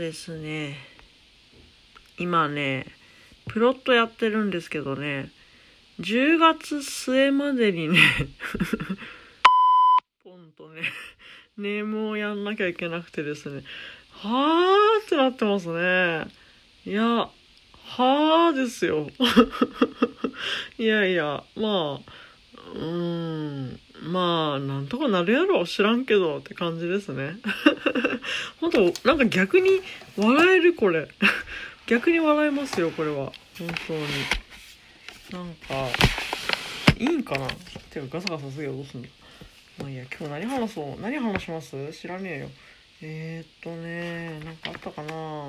ですね、今ね、プロットやってるんですけどね、10月末までにね、ポンとね、ネームをやんなきゃいけなくてですね、はーってなってますね。いや、はーですよ。いやいや、まあ、なんとかなるやろ、知らんけどって感じですね。本当なんか逆に笑える、これ。逆に笑えますよ、これは。本当に。なんか、いいんかな。てかガサガサすげえどうすんの。まあいいや、今日何話します知らねえよ。なんかあったかな。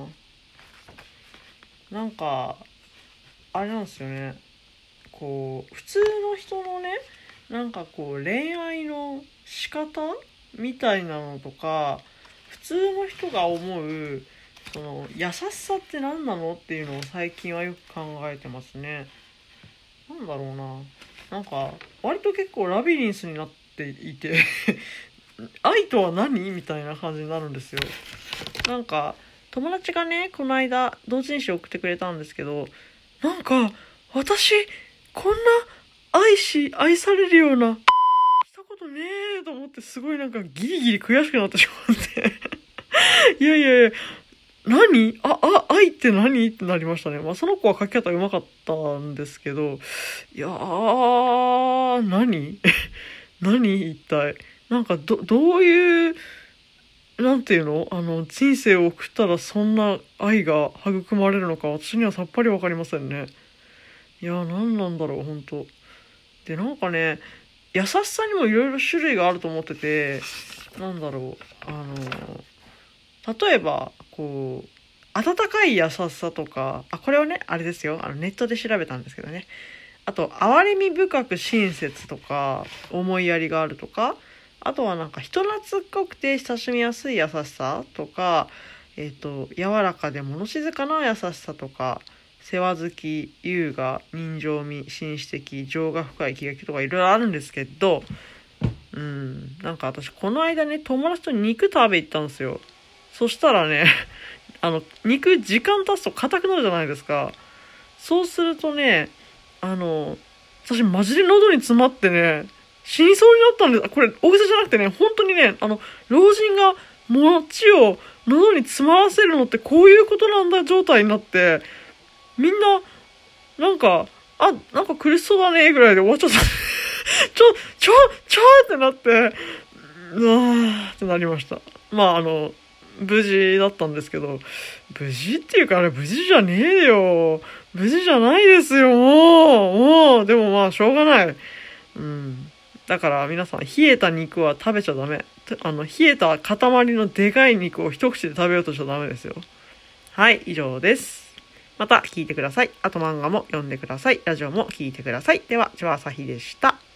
なんか、あれなんですよね。こう、普通の人のね、なんかこう、恋愛の仕方みたいなのとか、普通の人が思う、その、優しさって何なのっていうのを最近はよく考えてますね。なんだろうな。なんか、割と結構ラビリンスになっていて愛とは何みたいな感じになるんですよ。なんか、友達がね、この間、同人誌送ってくれたんですけど、なんか、私、こんな愛されるような、したことねえと思って、すごいなんかギリギリ悔しくなってしまっていやいやいや、愛って何ってなりましたね。まあ、その子は書き方上手かったんですけど、いやー、何一体。なんか、どういう、なんていうの人生を送ったらそんな愛が育まれるのか、私にはさっぱりわかりませんね。いや、何なんだろう、本当で、なんかね、優しさにもいろいろ種類があると思ってて、なんだろう、例えば、こう、温かい優しさとか、これはね、あれですよ、ネットで調べたんですけどね。あと、哀れみ深く親切とか、思いやりがあるとか、あとはなんか人懐っこくて親しみやすい優しさとか、柔らかで物静かな優しさとか、世話好き、優雅、人情味、紳士的、情が深い気が気とかいろいろあるんですけど、なんか私この間ね、友達と肉食べ行ったんですよ。そしたらね、肉時間経つと硬くなるじゃないですか。そうするとね、私マジで喉に詰まってね、死にそうになったんです。これ大げさじゃなくてね、本当にね、老人が餅を喉に詰まらせるのってこういうことなんだ状態になって、みんな、なんか苦しそうだね、ぐらいで終わっちゃった。ちょってなって、ってなりました。まあ、無事だったんですけど、無事っていうかあれ無事じゃねえよ。無事じゃないですよ、もう、でもまあ、しょうがない。だから皆さん、冷えた肉は食べちゃダメ。冷えた塊のでかい肉を一口で食べようとしちゃダメですよ。はい、以上です。また聞いてください。あと漫画も読んでください。ラジオも聞いてください。では、ちわあさひでした。